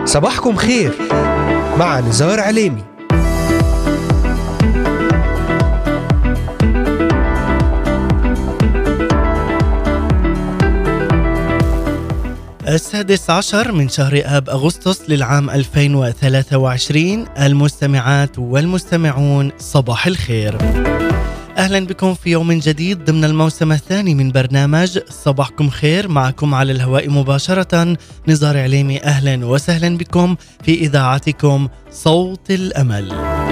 صباحكم خير مع نزار عليمي. السادس عشر من شهر آب أغسطس للعام 2023. المستمعات والمستمعون صباح الخير، أهلا بكم في يوم جديد ضمن الموسم الثاني من برنامج صباحكم خير. معكم على الهواء مباشرة نزار عليمي. أهلا وسهلا بكم في إذاعتكم صوت الأمل.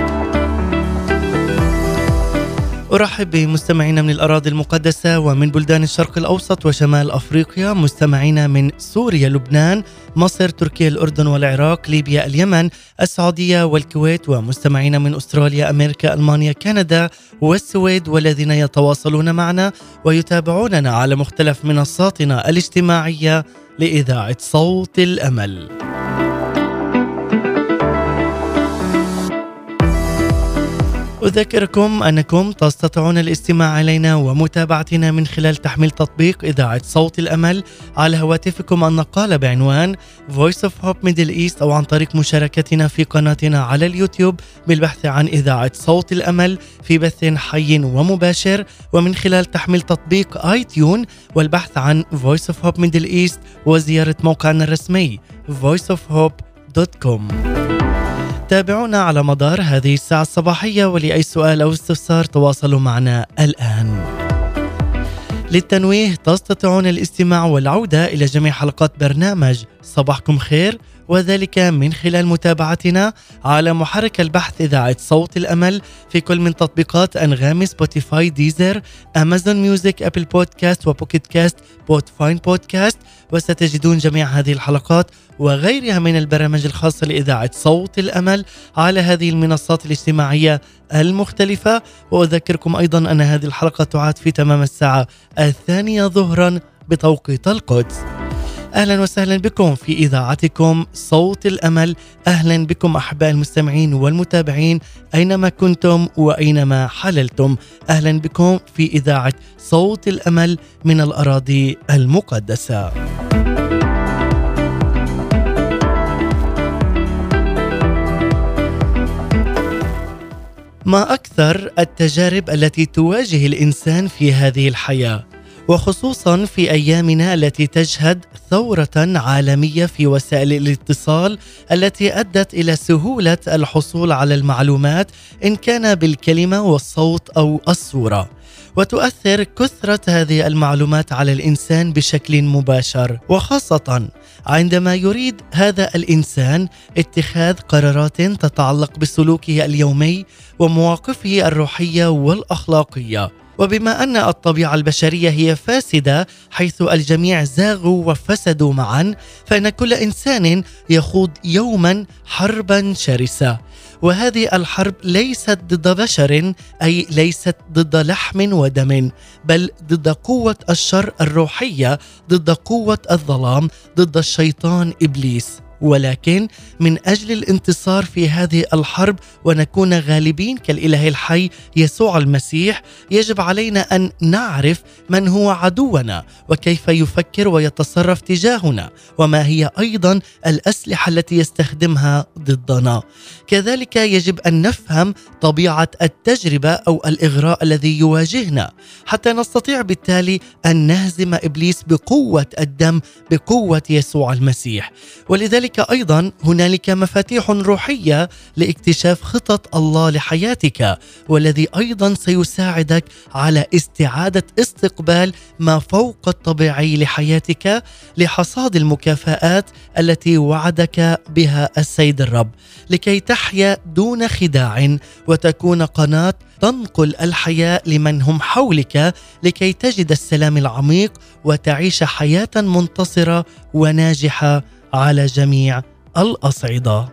أرحب بمستمعينا من الأراضي المقدسة ومن بلدان الشرق الأوسط وشمال أفريقيا، مستمعينا من سوريا، لبنان، مصر، تركيا، الأردن والعراق، ليبيا، اليمن، السعودية والكويت، ومستمعينا من أستراليا، أمريكا، ألمانيا، كندا والسويد، والذين يتواصلون معنا ويتابعوننا على مختلف منصاتنا الاجتماعية لإذاعة صوت الأمل. أذكركم أنكم تستطيعون الاستماع إلينا ومتابعتنا من خلال تحميل تطبيق إذاعة صوت الأمل على هواتفكم النقالة بعنوان Voice of Hope Middle East، أو عن طريق مشاركتنا في قناتنا على اليوتيوب بالبحث عن إذاعة صوت الأمل في بث حي ومباشر، ومن خلال تحميل تطبيق آيتيون والبحث عن Voice of Hope Middle East وزيارة موقعنا الرسمي voiceofhope.com. تابعونا على مدار هذه الساعة الصباحية، ولأي سؤال أو استفسار تواصلوا معنا الآن. للتنويه تستطيعون الاستماع والعودة إلى جميع حلقات برنامج صباحكم خير، وذلك من خلال متابعتنا على محرك البحث إذاعة صوت الأمل في كل من تطبيقات أنغامي، سبوتيفاي، ديزر، أمازون ميوزك، أبل بودكاست وبوكيت كاست، بودفاين بودكاست. وستجدون جميع هذه الحلقات وغيرها من البرامج الخاصة لإذاعة صوت الأمل على هذه المنصات الاجتماعية المختلفة. وأذكركم أيضا أن هذه الحلقة تعاد في تمام الساعة 2 ظهرا بتوقيت القدس. أهلا وسهلا بكم في إذاعتكم صوت الأمل. أهلا بكم أحباء المستمعين والمتابعين أينما كنتم وأينما حللتم. أهلا بكم في إذاعة صوت الأمل من الأراضي المقدسة. ما أكثر التجارب التي تواجه الإنسان في هذه الحياة، وخصوصا في أيامنا التي تشهد ثورة عالمية في وسائل الاتصال التي أدت إلى سهولة الحصول على المعلومات إن كان بالكلمة والصوت أو الصورة، وتؤثر كثرة هذه المعلومات على الإنسان بشكل مباشر، وخاصة عندما يريد هذا الإنسان اتخاذ قرارات تتعلق بسلوكه اليومي ومواقفه الروحية والأخلاقية. وبما أن الطبيعة البشرية هي فاسدة حيث الجميع زاغوا وفسدوا معا، فإن كل إنسان يخوض يوما حربا شرسة، وهذه الحرب ليست ضد بشر، أي ليست ضد لحم ودم، بل ضد قوة الشر الروحية، ضد قوة الظلام، ضد الشيطان إبليس. ولكن من أجل الانتصار في هذه الحرب ونكون غالبين كالإله الحي يسوع المسيح، يجب علينا أن نعرف من هو عدونا وكيف يفكر ويتصرف تجاهنا، وما هي أيضا الأسلحة التي يستخدمها ضدنا. كذلك يجب أن نفهم طبيعة التجربة أو الإغراء الذي يواجهنا، حتى نستطيع بالتالي أن نهزم إبليس بقوة الدم، بقوة يسوع المسيح. ولذلك أيضا هنالك مفاتيح روحية لاكتشاف خطط الله لحياتك، والذي أيضا سيساعدك على استعادة استقبال ما فوق الطبيعي لحياتك لحصاد المكافآت التي وعدك بها السيد الرب، لكي تحيا دون خداع وتكون قناة تنقل الحياة لمن هم حولك، لكي تجد السلام العميق وتعيش حياة منتصرة وناجحة على جميع الأصعدة.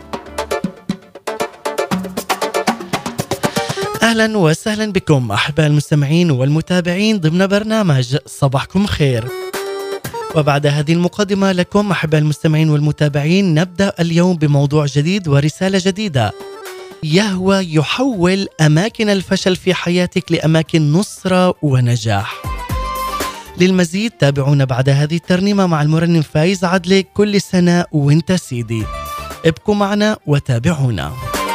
أهلا وسهلا بكم أحباء المستمعين والمتابعين ضمن برنامج صباحكم خير. وبعد هذه المقدمة لكم أحباء المستمعين والمتابعين، نبدأ اليوم بموضوع جديد ورسالة جديدة. يهوه يحول أماكن الفشل في حياتك لأماكن نصرة ونجاح. للمزيد تابعونا بعد هذه الترنيمة مع المرنم فايز عدلي، كل سنة وانت سيدي. ابقوا معنا وتابعونا.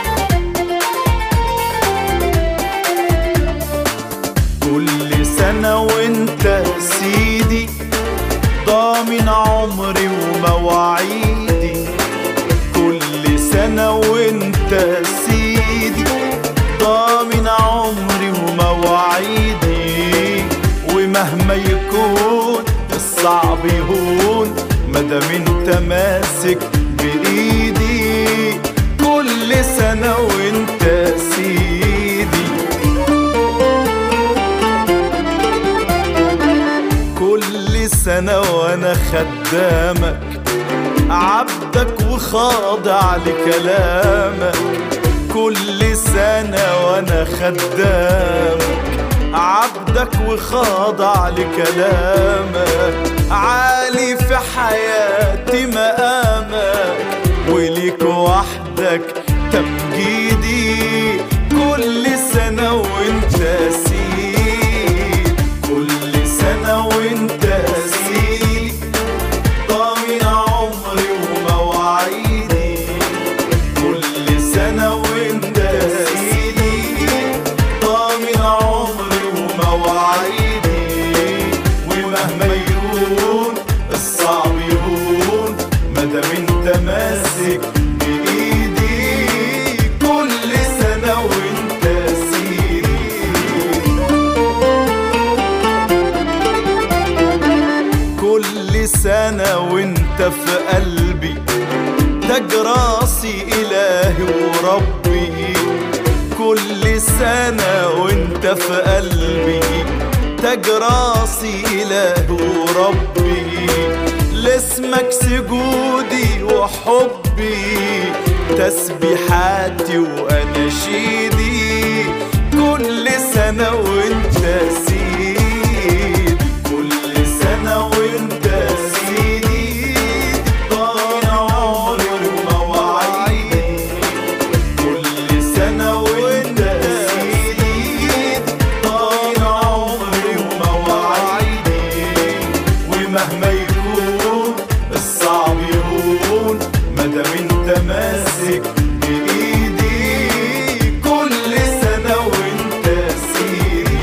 كل سنة وانت سيدي، ضامن عمري ومواعيدي. كل سنة وانت سيدي، ضامن عمري ومواعيدي. ومهما يكون الصعب يهون مادام انت ماسك بإيدي. كل سنة وانت سيدي، كل سنة وانا خدامك، عبدك وخاضع لكلامك. كل سنة وانا خدامك، عبدك وخاضع لكلامك. عالي في حياتي مقامك، وليك وحدك تمجيدي. كل سنة وانت سيد، كل سنة وانت سيد، ضامن عمري ومواعيدي. كل سنة وانت سيدي، ضامن عمري ومواعيدي. ومهما يكون الصعب يهون مادام انت ماسك بإيدي. كل سنة وانت سيدي، كل سنة وانت في قلبي، تاج راسي إلهي وربي. كل سنة وانت في قلبي، تاج راسي إلهي وربي. لاسمك سجودي وحبي، تسبيحاتي وأناشيدي. كل سنة وانت سيدي، كل سنة وانت سيدي، ضامن عمري ومواعيدي. كل سنة وانت سيدي، ضامن عمري ومواعيدي. ومهما يكون الصعب يهون مادام انت ماسك بإيدي. كل سنة وانت سيدي.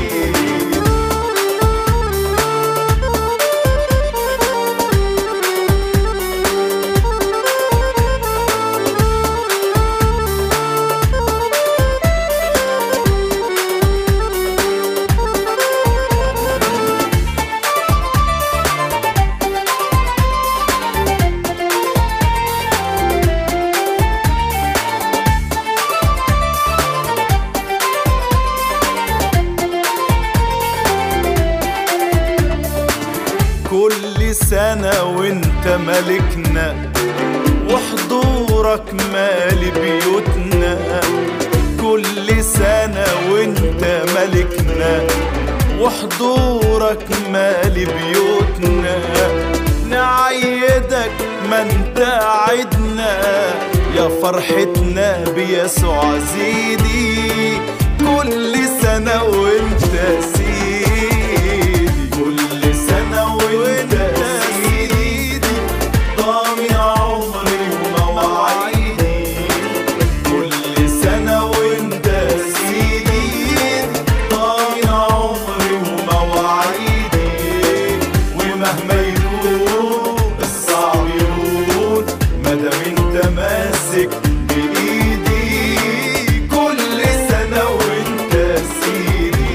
كل سنة وانت ملكنا، وحضورك مالي بيوتنا. كل سنة وانت ملكنا، وحضورك مالي بيوتنا. نعيدك ما انت عدنا، يا فرحتنا بيسوع زيدي. كل سنة وانت سيدي، كل سنة وانت سيدي، ضامن عمري ومواعيدي. كل سنة وانت سيدي، ضامن عمري ومواعيدي. ومهما يكون الصعب يهون مادام انت ماسك بإيدي. كل سنة وانت سيدي.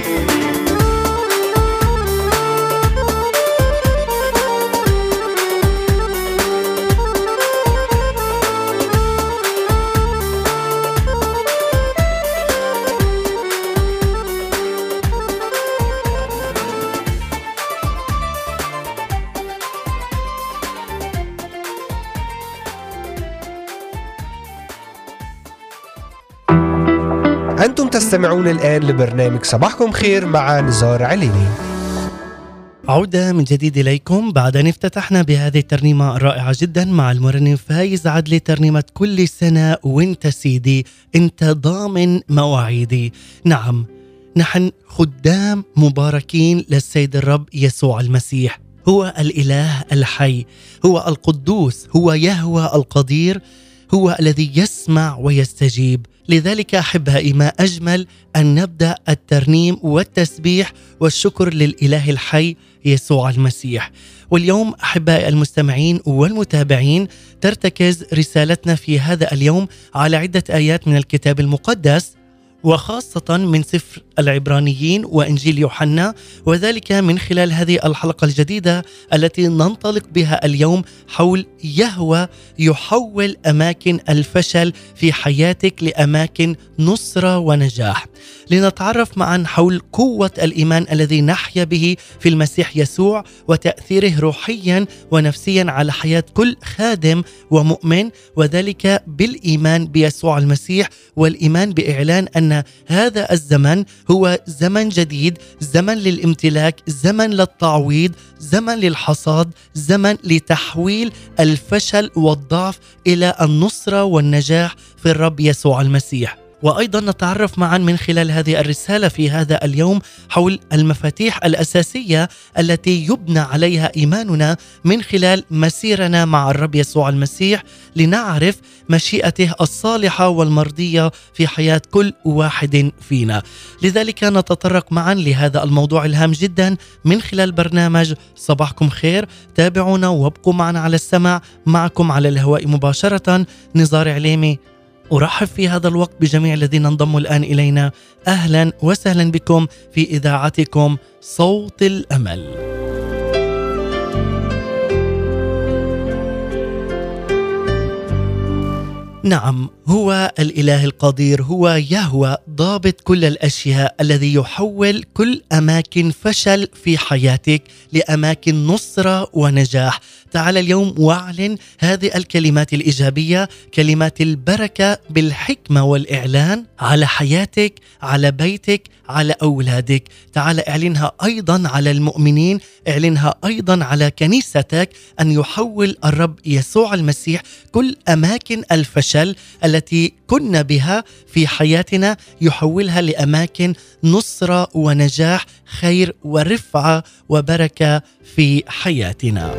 أنتم تستمعون الآن لبرنامج صباحكم خير مع نزار عليمي. عودة من جديد إليكم بعد أن افتتحنا بهذه الترنيمة الرائعة جدا مع المرنم فايز عدلي، ترنيمة كل سنة وانت سيدي، انت ضامن مواعيدي. نعم، نحن خدام مباركين للسيد الرب يسوع المسيح. هو الإله الحي، هو القدوس، هو يهوه القدير، هو الذي يسمع ويستجيب. لذلك أحبائي، ما أجمل أن نبدأ الترنيم والتسبيح والشكر للإله الحي يسوع المسيح. واليوم أحبائي المستمعين والمتابعين، ترتكز رسالتنا في هذا اليوم على عدة آيات من الكتاب المقدس، وخاصة من سفر العبرانيين وإنجيل يوحنا، وذلك من خلال هذه الحلقة الجديدة التي ننطلق بها اليوم حول يهوه يحول أماكن الفشل في حياتك لأماكن نصرة ونجاح. لنتعرف معا حول قوة الإيمان الذي نحيا به في المسيح يسوع وتأثيره روحيا ونفسيا على حياة كل خادم ومؤمن، وذلك بالإيمان بيسوع المسيح والإيمان بإعلان أن هذا الزمن هو زمن جديد، زمن للامتلاك، زمن للتعويض، زمن للحصاد، زمن لتحويل الفشل والضعف إلى النصرة والنجاح في الرب يسوع المسيح. وأيضا نتعرف معا من خلال هذه الرسالة في هذا اليوم حول المفاتيح الأساسية التي يبنى عليها إيماننا من خلال مسيرنا مع الرب يسوع المسيح، لنعرف مشيئته الصالحة والمرضية في حياة كل واحد فينا. لذلك نتطرق معا لهذا الموضوع الهام جدا من خلال برنامج صباحكم خير. تابعونا وابقوا معنا على السمع. معكم على الهواء مباشرة نزار عليمي. أرحب في هذا الوقت بجميع الذين انضموا الآن إلينا. أهلا وسهلا بكم في إذاعتكم صوت الأمل. نعم، هو الإله القدير، هو يهوه ضابط كل الأشياء، الذي يحول كل أماكن فشل في حياتك لأماكن نصرة ونجاح. تعال اليوم واعلن هذه الكلمات الإيجابية، كلمات البركة بالحكمة والإعلان على حياتك، على بيتك، على أولادك. تعال اعلنها أيضا على المؤمنين، اعلنها أيضا على كنيستك، أن يحول الرب يسوع المسيح كل أماكن الفشل التي كنا بها في حياتنا، يحولها لأماكن نصرة ونجاح، خير ورفعة وبركة في حياتنا.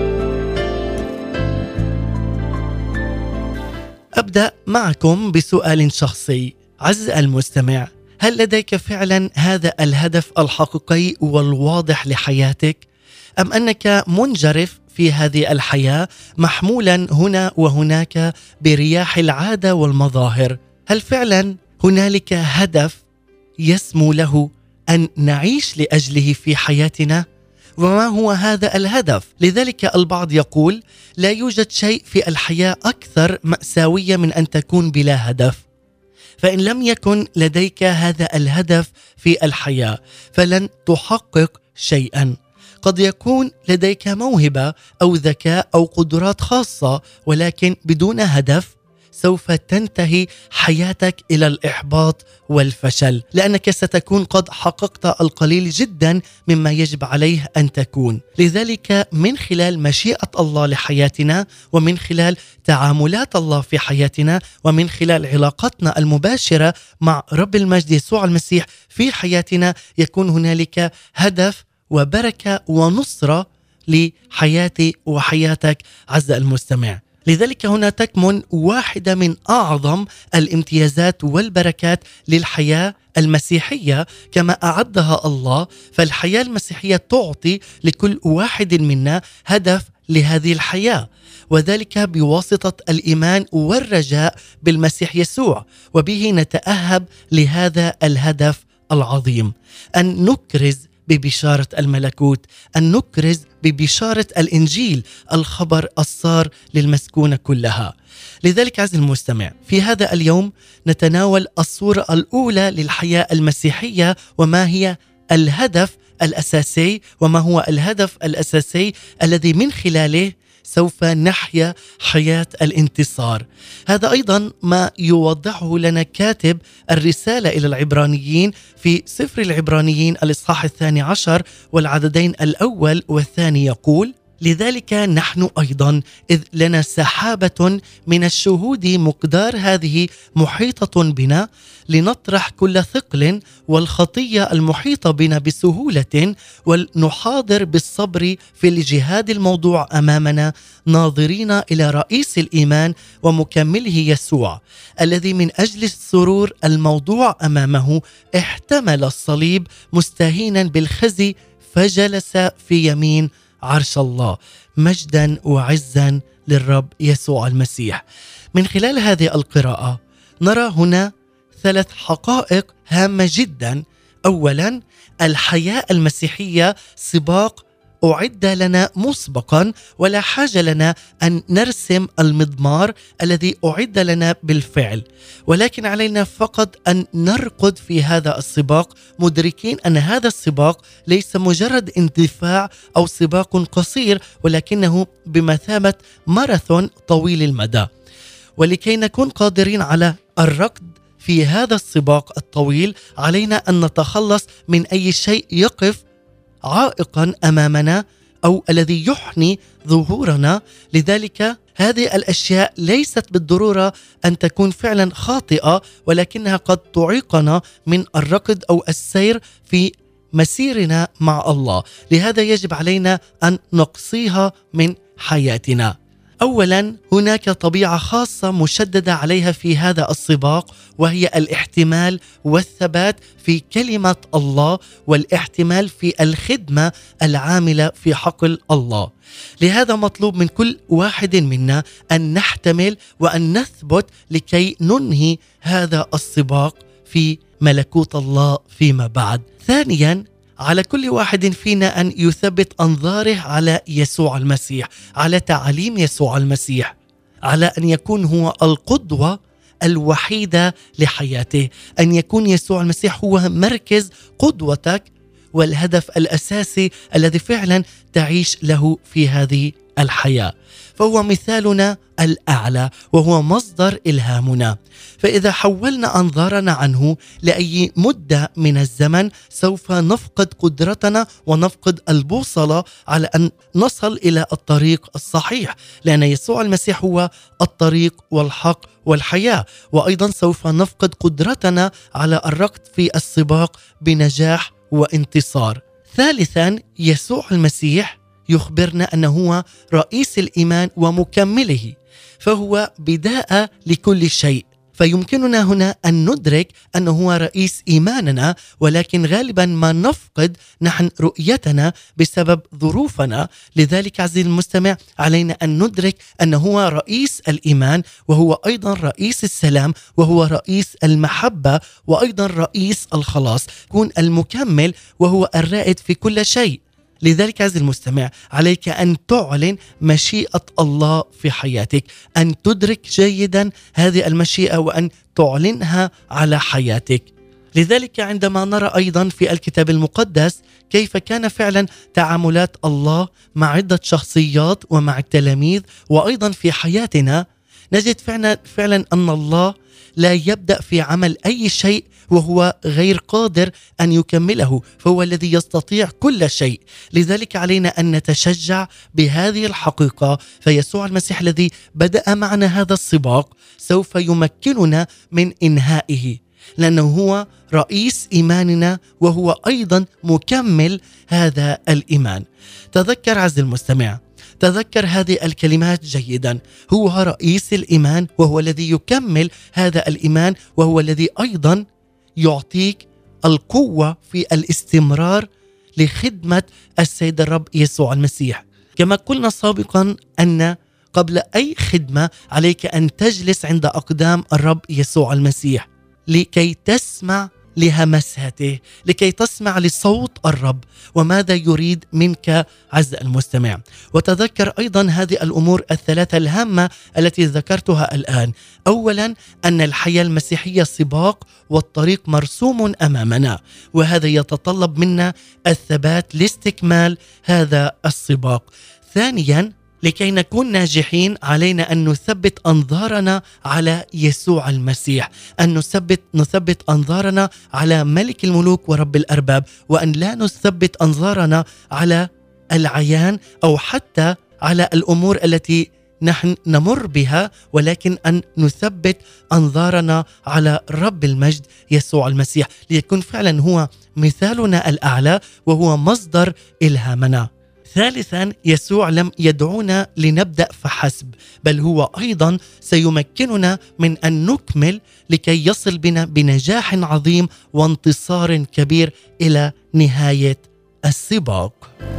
أبدأ معكم بسؤال شخصي. عزيز المستمع، هل لديك فعلا هذا الهدف الحقيقي والواضح لحياتك؟ أم أنك منجرف في هذه الحياة محمولا هنا وهناك برياح العادة والمظاهر؟ هل فعلا هنالك هدف يسمو له أن نعيش لأجله في حياتنا؟ وما هو هذا الهدف؟ لذلك البعض يقول لا يوجد شيء في الحياة أكثر مأساوية من أن تكون بلا هدف. فإن لم يكن لديك هذا الهدف في الحياة فلن تحقق شيئا. قد يكون لديك موهبة أو ذكاء أو قدرات خاصة، ولكن بدون هدف سوف تنتهي حياتك إلى الإحباط والفشل، لأنك ستكون قد حققت القليل جدا مما يجب عليه أن تكون. لذلك من خلال مشيئة الله لحياتنا، ومن خلال تعاملات الله في حياتنا، ومن خلال علاقتنا المباشرة مع رب المجد يسوع المسيح في حياتنا، يكون هنالك هدف وبركة ونصرة لحياتي وحياتك عز المستمع. لذلك هنا تكمن واحدة من أعظم الامتيازات والبركات للحياة المسيحية كما أعدها الله. فالحياة المسيحية تعطي لكل واحد منا هدف لهذه الحياة، وذلك بواسطة الإيمان والرجاء بالمسيح يسوع، وبه نتأهب لهذا الهدف العظيم، أن نكرز ببشارة الملكوت، أن نكرز ببشارة الإنجيل، الخبر السار للمسكونة كلها. لذلك عزيزي المستمع، في هذا اليوم نتناول الصورة الأولى للحياة المسيحية، وما هي الهدف الأساسي، وما هو الهدف الأساسي الذي من خلاله سوف نحيا حياة الانتصار. هذا أيضا ما يوضحه لنا كاتب الرسالة إلى العبرانيين في سفر العبرانيين الإصحاح 12 والعددين الأول والثاني، يقول: لذلك نحن أيضا إذ لنا سحابة من الشهود مقدار هذه محيطة بنا، لنطرح كل ثقل والخطية المحيطة بنا بسهولة، ولنحاضر بالصبر في الجهاد الموضوع أمامنا، ناظرين إلى رئيس الإيمان ومكمله يسوع، الذي من أجل السرور الموضوع أمامه احتمل الصليب مستهينا بالخزي، فجلس في يمين عرش الله. مجدا وعزا للرب يسوع المسيح. من خلال هذه القراءة نرى هنا 3 حقائق هامة جدا. أولا، الحياة المسيحية سباق أعد لنا مسبقا، ولا حاجة لنا أن نرسم المضمار الذي أعد لنا بالفعل، ولكن علينا فقط أن نركض في هذا السباق، مدركين أن هذا السباق ليس مجرد اندفاع أو سباق قصير، ولكنه بمثابة ماراثون طويل المدى. ولكي نكون قادرين على الركض في هذا السباق الطويل، علينا أن نتخلص من أي شيء يقف عائقا أمامنا أو الذي يحني ظهورنا. لذلك هذه الأشياء ليست بالضرورة أن تكون فعلا خاطئة، ولكنها قد تعيقنا من الركض أو السير في مسيرنا مع الله. لهذا يجب علينا أن نقصيها من حياتنا. أولا، هناك طبيعة خاصة مشددة عليها في هذا السباق، وهي الاحتمال والثبات في كلمة الله، والاحتمال في الخدمة العاملة في حقل الله. لهذا مطلوب من كل واحد منا أن نحتمل وأن نثبت لكي ننهي هذا السباق في ملكوت الله فيما بعد. ثانيا، على كل واحد فينا أن يثبت أنظاره على يسوع المسيح، على تعاليم يسوع المسيح، على أن يكون هو القدوة الوحيدة لحياته، أن يكون يسوع المسيح هو مركز قدوتك والهدف الأساسي الذي فعلا تعيش له في هذه الحياة. فهو مثالنا الأعلى وهو مصدر إلهامنا. فإذا حولنا أنظارنا عنه لأي مدة من الزمن سوف نفقد قدرتنا ونفقد البوصلة على أن نصل إلى الطريق الصحيح، لأن يسوع المسيح هو الطريق والحق والحياة. وأيضا سوف نفقد قدرتنا على الركض في السباق بنجاح وانتصار. ثالثا، يسوع المسيح يخبرنا أنه هو رئيس الإيمان ومكمله، فهو بداية لكل شيء. فيمكننا هنا أن ندرك أنه هو رئيس إيماننا، ولكن غالبا ما نفقد نحن رؤيتنا بسبب ظروفنا. لذلك عزيزي المستمع، علينا أن ندرك أنه هو رئيس الإيمان، وهو أيضا رئيس السلام، وهو رئيس المحبة، وأيضا رئيس الخلاص، يكون المكمل وهو الرائد في كل شيء. لذلك عزيزي المستمع، عليك أن تعلن مشيئة الله في حياتك، أن تدرك جيدا هذه المشيئة وأن تعلنها على حياتك. لذلك عندما نرى أيضا في الكتاب المقدس كيف كان فعلا تعاملات الله مع عدة شخصيات ومع التلاميذ وأيضا في حياتنا، نجد فعلا أن الله لا يبدأ في عمل أي شيء وهو غير قادر أن يكمله، فهو الذي يستطيع كل شيء. لذلك علينا أن نتشجع بهذه الحقيقة، فيسوع المسيح الذي بدأ معنا هذا السباق سوف يمكننا من إنهائه، لأنه هو رئيس إيماننا وهو أيضا مكمل هذا الإيمان. تذكر عزيزي المستمع، تذكر هذه الكلمات جيدا، هو رئيس الإيمان وهو الذي يكمل هذا الإيمان، وهو الذي أيضا يعطيك القوة في الاستمرار لخدمة السيد الرب يسوع المسيح. كما قلنا سابقا أن قبل أي خدمة عليك أن تجلس عند أقدام الرب يسوع المسيح لكي تسمع لهمسته، لكي تسمع لصوت الرب وماذا يريد منك عزيزي المستمع. وتذكر أيضا هذه الأمور الثلاثة الهامة التي ذكرتها الآن. أولا، أن الحياة المسيحية سباق والطريق مرسوم أمامنا، وهذا يتطلب منا الثبات لاستكمال هذا السباق. ثانيا، لكي نكون ناجحين علينا أن نثبت أنظارنا على يسوع المسيح، أن نثبت أنظارنا على ملك الملوك ورب الأرباب، وأن لا نثبت أنظارنا على العيان أو حتى على الأمور التي نحن نمر بها، ولكن أن نثبت أنظارنا على رب المجد يسوع المسيح ليكون فعلا هو مثالنا الأعلى وهو مصدر إلهامنا. ثالثا، يسوع لم يدعونا لنبدأ فحسب، بل هو أيضا سيمكننا من أن نكمل لكي يصل بنا بنجاح عظيم وانتصار كبير إلى نهاية السباق.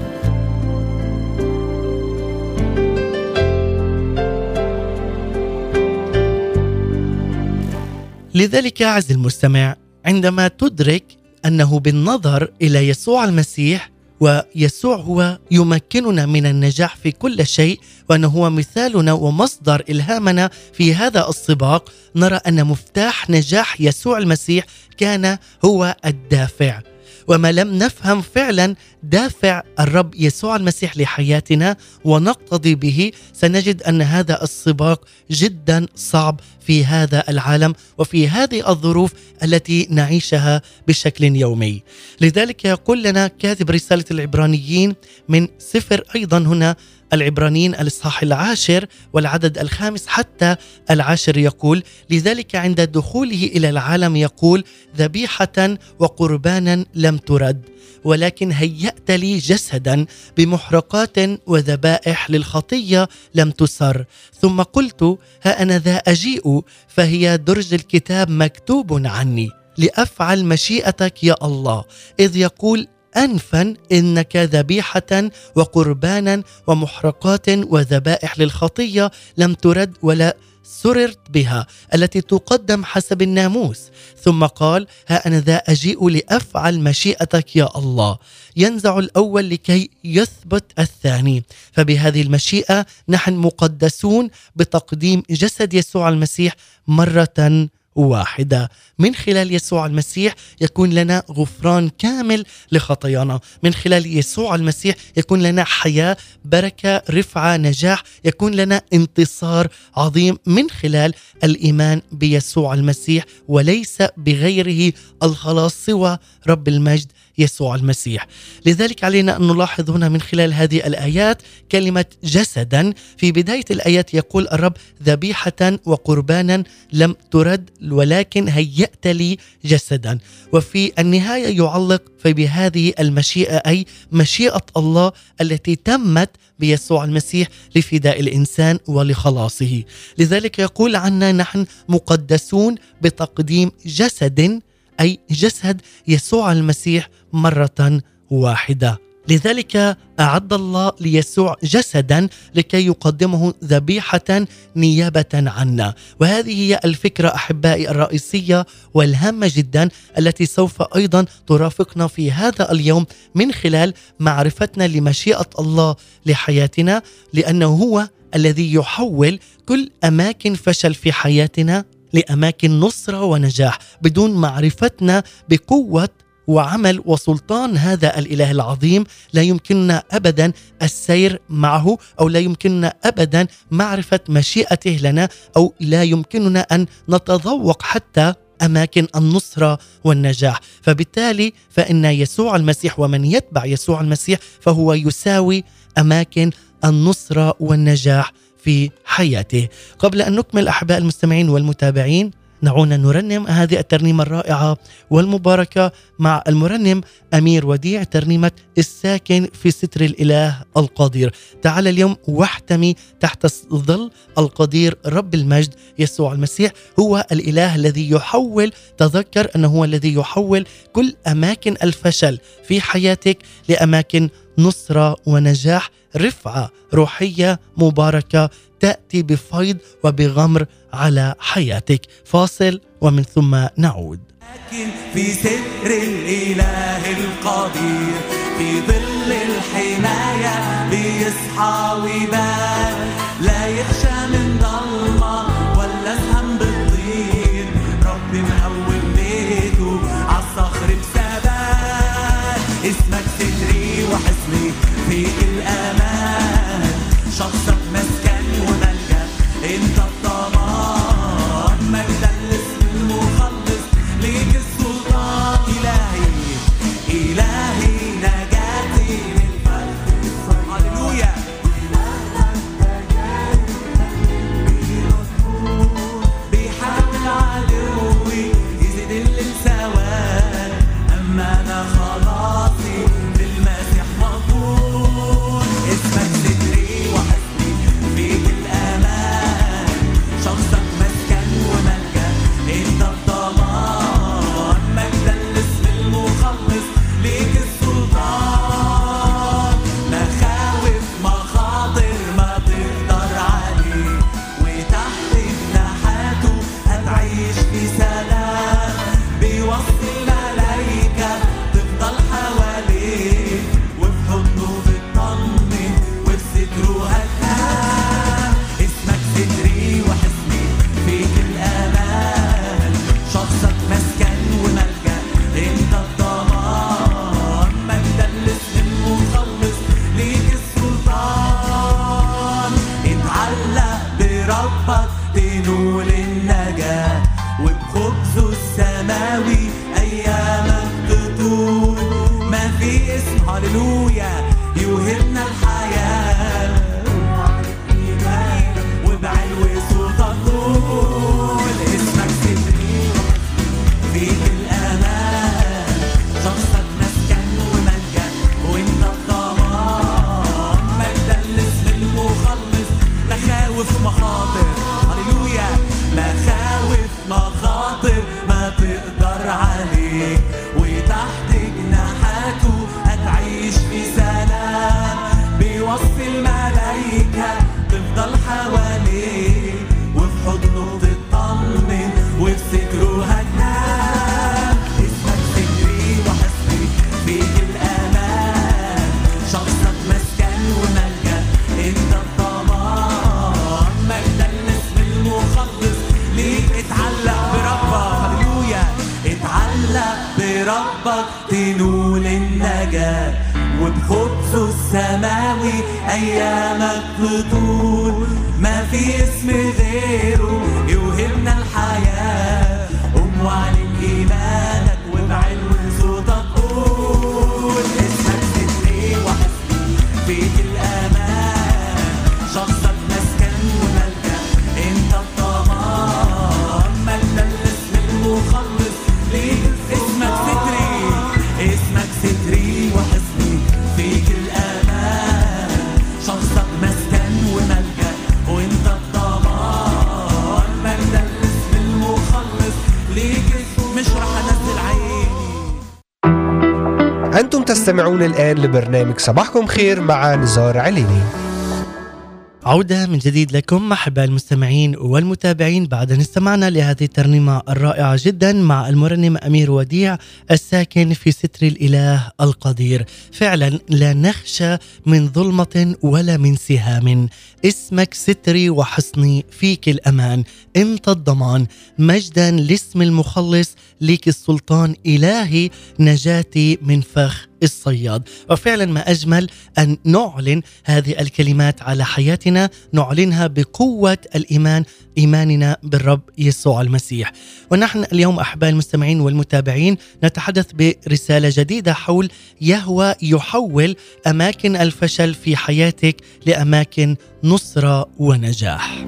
لذلك عز المستمع، عندما تدرك أنه بالنظر إلى يسوع المسيح ويسوع هو يمكننا من النجاح في كل شيء وأنه هو مثالنا ومصدر إلهامنا في هذا السباق، نرى أن مفتاح نجاح يسوع المسيح كان هو الدافع. وما لم نفهم فعلا دافع الرب يسوع المسيح لحياتنا ونقتضي به، سنجد أن هذا السباق جدا صعب في هذا العالم وفي هذه الظروف التي نعيشها بشكل يومي. لذلك يقول لنا كاتب رسالة العبرانيين من سفر أيضا هنا العبرانيين الإصحاح 10 والعدد 5 حتى 10 يقول: لذلك عند دخوله إلى العالم يقول: ذبيحة وقربانا لم ترد، ولكن هيأت لي جسدا بمحرقات وذبائح للخطية لم تسر. ثم قلت: ها أنا ذا أجيء، فهي درج الكتاب مكتوب عني لأفعل مشيئتك يا الله، إذ يقول أنفا إنك ذبيحة وقربانا ومحرقات وذبائح للخطية لم ترد ولا سررت بها، التي تقدم حسب الناموس. ثم قال: ها أنا ذا أجيء لأفعل مشيئتك يا الله. ينزع الأول لكي يثبت الثاني. فبهذه المشيئة نحن مقدسون بتقديم جسد يسوع المسيح مرة واحدة. من خلال يسوع المسيح يكون لنا غفران كامل لخطايانا، من خلال يسوع المسيح يكون لنا حياة، بركة، رفعة، نجاح، يكون لنا انتصار عظيم من خلال الإيمان بيسوع المسيح وليس بغيره الخلاص سوى رب المجد يسوع المسيح. لذلك علينا أن نلاحظ هنا من خلال هذه الآيات كلمة جسدا. في بداية الآيات يقول الرب: ذبيحة وقربانا لم ترد، ولكن هيأت لي جسدا. وفي النهاية يعلق: فبهذه المشيئة، أي مشيئة الله التي تمت بيسوع المسيح لفداء الإنسان ولخلاصه. لذلك يقول عنا نحن مقدسون بتقديم جسد، أي جسد يسوع المسيح مرة واحدة. لذلك أعد الله ليسوع جسدا لكي يقدمه ذبيحة نيابة عنا. وهذه هي الفكرة أحبائي الرئيسية والهامة جدا التي سوف أيضا ترافقنا في هذا اليوم من خلال معرفتنا لمشيئة الله لحياتنا، لأنه هو الذي يحول كل أماكن فشل في حياتنا لأماكن نصرة ونجاح. بدون معرفتنا بقوة وعمل وسلطان هذا الإله العظيم لا يمكننا أبدا السير معه، أو لا يمكننا أبدا معرفة مشيئته لنا، أو لا يمكننا أن نتذوق حتى أماكن النصرة والنجاح. فبالتالي فإن يسوع المسيح ومن يتبع يسوع المسيح فهو يساوي أماكن النصرة والنجاح في حياته. قبل أن نكمل أحباء المستمعين والمتابعين، دعونا نرنم هذه الترنيمة الرائعة والمباركة مع المرنم أمير وديع، ترنيمة الساكن في ستر الإله القدير. تعال اليوم واحتمي تحت ظل القدير رب المجد يسوع المسيح. هو الإله الذي يحول، تذكر أنه هو الذي يحول كل أماكن الفشل في حياتك لأماكن نصرة ونجاح، رفعة روحية مباركة تأتي بفيض وبغمر على حياتك. فاصل ومن ثم نعود. لكن في ستر الإله القدير، في ظل الحماية بيصحى ويبان، لا يخشى من ضلمة ولا سهم بتطير، ربي مقوم بيته عالصخر بثبات. اسمك ستري وحصني في الأمان، شخصك مسكن وملجأ انت الضمان، مجدا لاسم المخلص ليك السلطان. إلهي إلهي نجاتي من فرد وصف الملايكة تفضل حواليه، وفي حضنه تطمن وفي ستره هتنام. اسمك ستري وحصني فيك الأمان، شخصك مسكن وملجأ انت الضمان. مجدا لاسم المخلص ليك، اتعلق بربك، هللويا، اتعلق بربك تنول النجاة، وبخبزه السماوي أيامك تطول. ما في اسم غيره يوهبنا الحياة، قوم واعلن إيمانك وبعلو صوتك قول. اسمك ستري وحصني فيك الأمان، شخصك مسكن وملجأ انت الضمان. مجدا لاسم المخلص ليك، اسمك ستري، اسمك ستري وحصني فيك الأمان، شخصك مسكن وملجأ وانت الضمان. مجدا لاسم المخلص ليك، مش رح انزل عيني. أنتم تستمعون الآن لبرنامج صباحكم خير مع نزار عليني. عودة من جديد لكم أحباء المستمعين والمتابعين بعد أن استمعنا لهذه الترنيمة الرائعة جدا مع المرنم أمير وديع الساكن في ستر الإله القدير. فعلا لا نخشى من ظلمة ولا من سهام، اسمك ستري وحصني فيك الأمان انت الضمان. مجدا لاسم المخلص ليك السلطان، إلهي نجاتي من فخ الصياد. وفعلا ما أجمل أن نعلن هذه الكلمات على حياتنا، نعلنها بقوة الإيمان، إيماننا بالرب يسوع المسيح. ونحن اليوم أحباء المستمعين والمتابعين نتحدث برسالة جديدة حول يهوه يحول أماكن الفشل في حياتك لأماكن نصرة ونجاح.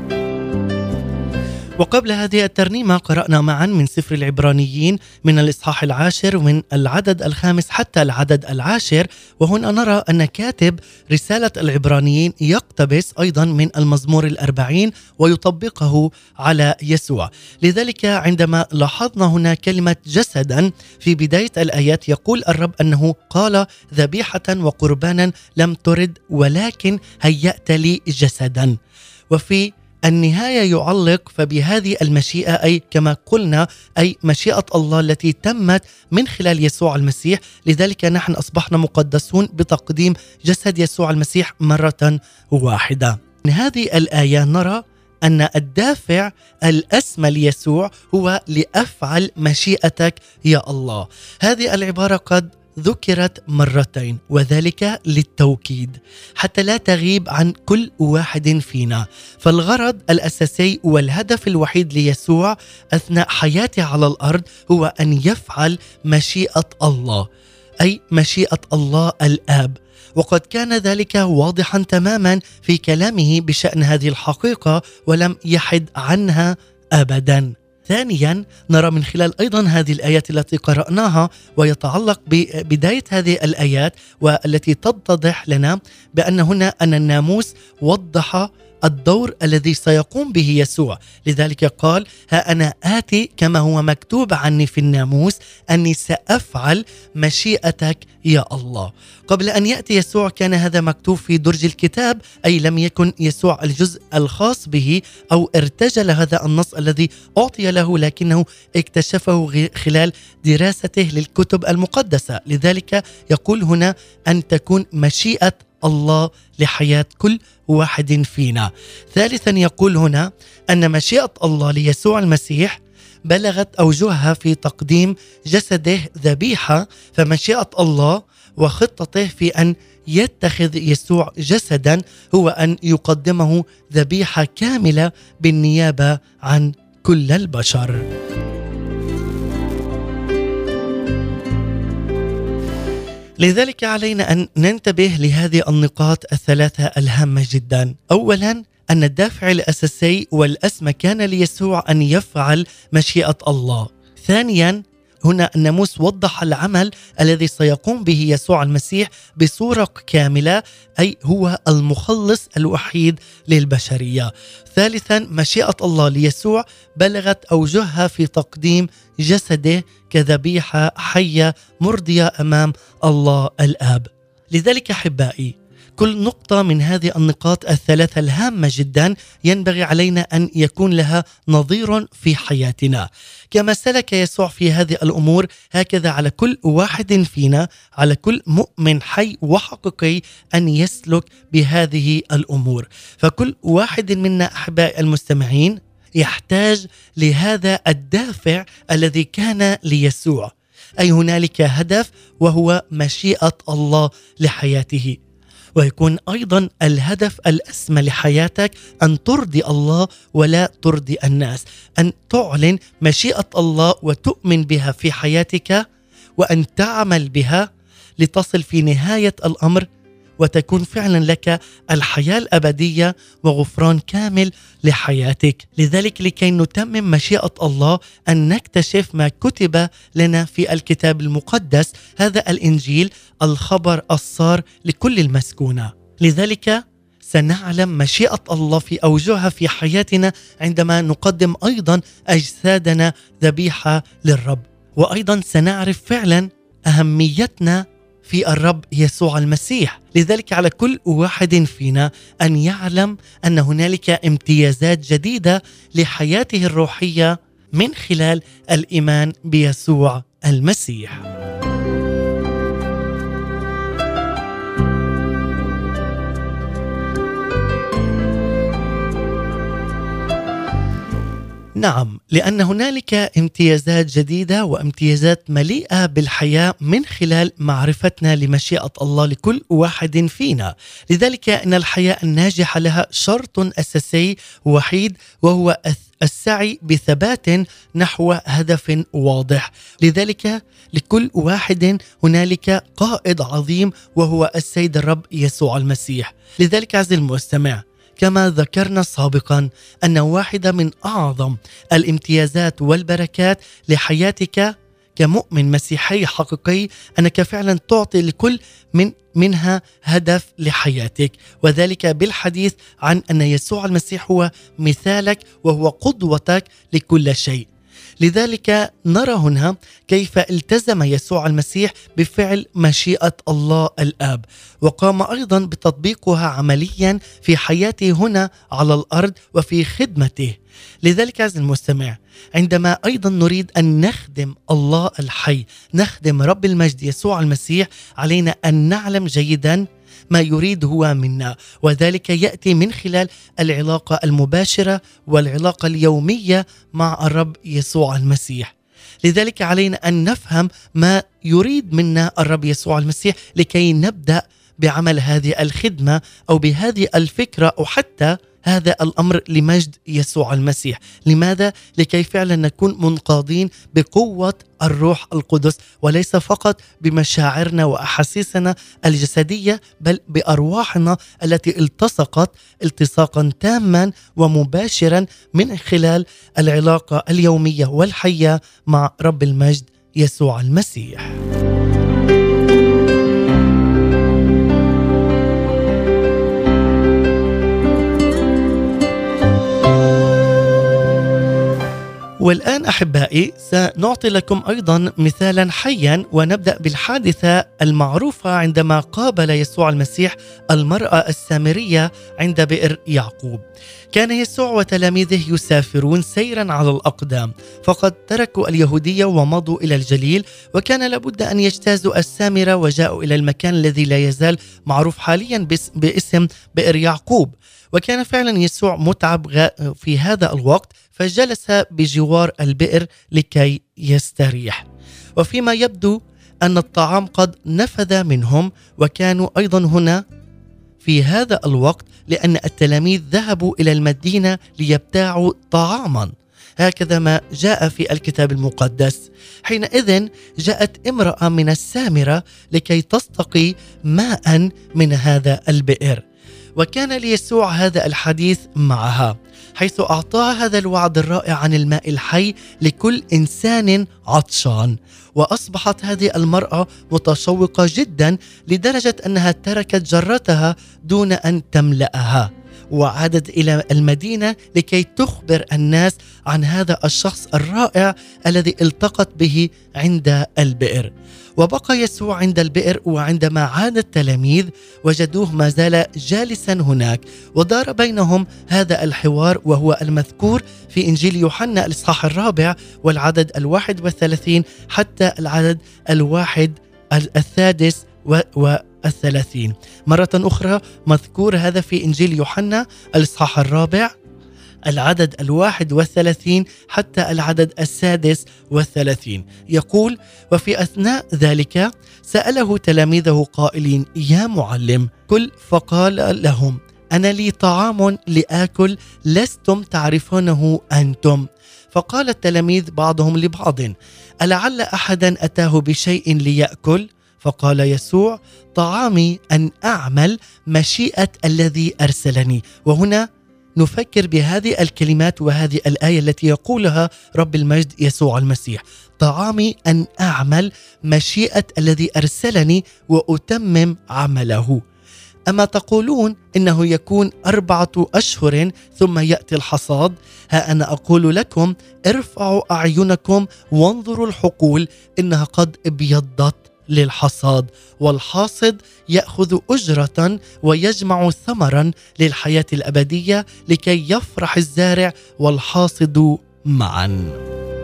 وقبل هذه الترنيمة قرأنا معا من سفر العبرانيين من الإصحاح 10 من العدد 5 حتى العدد 10. وهنا نرى أن كاتب رسالة العبرانيين يقتبس أيضا من المزمور 40 ويطبقه على يسوع. لذلك عندما لاحظنا هنا كلمة جسدا في بداية الآيات، يقول الرب أنه قال ذبيحة وقربانا لم ترد ولكن هيأت لي جسدا. وفي النهاية يعلق فبهذه المشيئة، أي كما قلنا أي مشيئة الله التي تمت من خلال يسوع المسيح. لذلك نحن أصبحنا مقدسون بتقديم جسد يسوع المسيح مرة واحدة. من هذه الآية نرى أن الدافع الأسمى ليسوع هو لأفعل مشيئتك يا الله. هذه العبارة قد ذكرت مرتين، وذلك للتوكيد حتى لا تغيب عن كل واحد فينا. فالغرض الأساسي والهدف الوحيد ليسوع أثناء حياته على الأرض هو أن يفعل مشيئة الله، أي مشيئة الله الآب. وقد كان ذلك واضحا تماما في كلامه بشأن هذه الحقيقة ولم يحد عنها أبدا. ثانيا نرى من خلال أيضا هذه الآيات التي قرأناها ويتعلق ببداية هذه الآيات والتي تتضح لنا بأن هنا أن الناموس وضح الدور الذي سيقوم به يسوع. لذلك قال ها أنا آتي كما هو مكتوب عني في الناموس أني سأفعل مشيئتك يا الله. قبل أن يأتي يسوع كان هذا مكتوب في درج الكتاب، أي لم يكن يسوع الجزء الخاص به أو ارتجل هذا النص الذي أعطي له، لكنه اكتشفه خلال دراسته للكتب المقدسة. لذلك يقول هنا أن تكون مشيئة الله لحياة كل واحد فينا. ثالثا يقول هنا أن مشيئة الله ليسوع المسيح بلغت أوجهها في تقديم جسده ذبيحة. فمشيئة الله وخطته في أن يتخذ يسوع جسدا هو أن يقدمه ذبيحة كاملة بالنيابة عن كل البشر. لذلك علينا أن ننتبه لهذه النقاط الثلاثة الهامة جدا. أولا أن الدافع الأساسي والأسمى كان ليسوع أن يفعل مشيئة الله. ثانيا هنا الناموس وضح العمل الذي سيقوم به يسوع المسيح بصورة كاملة، أي هو المخلص الوحيد للبشرية. ثالثا مشيئة الله ليسوع بلغت أوجهها في تقديم جسده كذبيحة حية مرضية أمام الله الآب. لذلك أحبائي كل نقطة من هذه النقاط الثلاثة الهامة جدا ينبغي علينا أن يكون لها نظير في حياتنا. كما سلك يسوع في هذه الأمور هكذا على كل واحد فينا، على كل مؤمن حي وحقيقي أن يسلك بهذه الأمور. فكل واحد منا أحباء المستمعين يحتاج لهذا الدافع الذي كان ليسوع، أي هنالك هدف وهو مشيئة الله لحياته، ويكون أيضا الهدف الأسمى لحياتك أن ترضي الله ولا ترضي الناس، أن تعلن مشيئة الله وتؤمن بها في حياتك وأن تعمل بها لتصل في نهاية الأمر وتكون فعلا لك الحياة الأبدية وغفران كامل لحياتك. لذلك لكي نتمم مشيئة الله أن نكتشف ما كتب لنا في الكتاب المقدس، هذا الإنجيل الخبر السار لكل المسكونة. لذلك سنعلم مشيئة الله في أوجهها في حياتنا عندما نقدم أيضا أجسادنا ذبيحة للرب، وأيضا سنعرف فعلا أهميتنا في الرب يسوع المسيح. لذلك على كل واحد فينا أن يعلم أن هنالك امتيازات جديدة لحياته الروحية من خلال الإيمان بيسوع المسيح. نعم، لأن هنالك امتيازات جديدة وامتيازات مليئة بالحياة من خلال معرفتنا لمشيئة الله لكل واحد فينا. لذلك إن الحياة الناجحة لها شرط أساسي وحيد، وهو السعي بثبات نحو هدف واضح. لذلك لكل واحد هنالك قائد عظيم وهو السيد الرب يسوع المسيح. لذلك عزيزي المستمع، كما ذكرنا سابقا أن واحدة من أعظم الامتيازات والبركات لحياتك كمؤمن مسيحي حقيقي أنك فعلا تعطي لكل منها هدف لحياتك، وذلك بالحديث عن أن يسوع المسيح هو مثالك وهو قدوتك لكل شيء. لذلك نرى هنا كيف التزم يسوع المسيح بفعل مشيئة الله الآب، وقام أيضا بتطبيقها عمليا في حياته هنا على الأرض وفي خدمته. لذلك عزيزي المستمع، عندما أيضا نريد أن نخدم الله الحي، نخدم رب المجد يسوع المسيح، علينا أن نعلم جيدا ما يريد هو منا، وذلك يأتي من خلال العلاقة المباشرة والعلاقة اليومية مع الرب يسوع المسيح. لذلك علينا أن نفهم ما يريد منا الرب يسوع المسيح لكي نبدأ بعمل هذه الخدمة أو بهذه الفكرة أو حتى هذا الأمر لمجد يسوع المسيح. لماذا؟ لكي فعلا نكون منقادين بقوة الروح القدس، وليس فقط بمشاعرنا وأحاسيسنا الجسدية، بل بأرواحنا التي التصقت التصاقا تاما ومباشرا من خلال العلاقة اليومية والحية مع رب المجد يسوع المسيح. والآن أحبائي سنعطي لكم أيضا مثالا حيا، ونبدأ بالحادثة المعروفة عندما قابل يسوع المسيح المرأة السامرية عند بئر يعقوب. كان يسوع وتلاميذه يسافرون سيرا على الأقدام، فقد تركوا اليهودية ومضوا إلى الجليل، وكان لابد أن يجتازوا السامرة وجاءوا إلى المكان الذي لا يزال معروف حاليا باسم بئر يعقوب. وكان فعلا يسوع متعب في هذا الوقت، فجلس بجوار البئر لكي يستريح. وفيما يبدو أن الطعام قد نفذ منهم، وكانوا أيضا هنا في هذا الوقت لأن التلاميذ ذهبوا إلى المدينة ليبتاعوا طعاما، هكذا ما جاء في الكتاب المقدس. حينئذ جاءت امرأة من السامرة لكي تستقي ماء من هذا البئر، وكان ليسوع هذا الحديث معها، حيث أعطاها هذا الوعد الرائع عن الماء الحي لكل إنسان عطشان. وأصبحت هذه المرأة متشوقة جدا لدرجة أنها تركت جرتها دون أن تملأها، وعادت إلى المدينة لكي تخبر الناس عن هذا الشخص الرائع الذي التقت به عند البئر. وبقى يسوع عند البئر، وعندما عاد التلاميذ وجدوه ما زال جالسا هناك، ودار بينهم هذا الحوار وهو المذكور في إنجيل يوحنا الإصحاح 4 والعدد 31 حتى العدد 31. مرة أخرى مذكور هذا في إنجيل يوحنا الإصحاح 4 العدد 31 حتى العدد 36. يقول: وفي أثناء ذلك سأله تلاميذه قائلين: يا معلم، كل. فقال لهم: أنا لي طعام لآكل لستم تعرفونه أنتم. فقال التلاميذ بعضهم لبعض: ألعل أحدا أتاه بشيء ليأكل؟ فقال يسوع: طعامي أن أعمل مشيئة الذي أرسلني. وهنا نفكر بهذه الكلمات وهذه الآية التي يقولها رب المجد يسوع المسيح: طعامي أن أعمل مشيئة الذي أرسلني وأتمم عمله. أما تقولون إنه يكون 4 أشهر ثم يأتي الحصاد؟ ها أنا أقول لكم: ارفعوا أعينكم وانظروا الحقول، إنها قد ابيضت للحصاد، والحاصد يأخذ أجرة ويجمع ثمرا للحياة الأبدية، لكي يفرح الزارع والحاصد معا.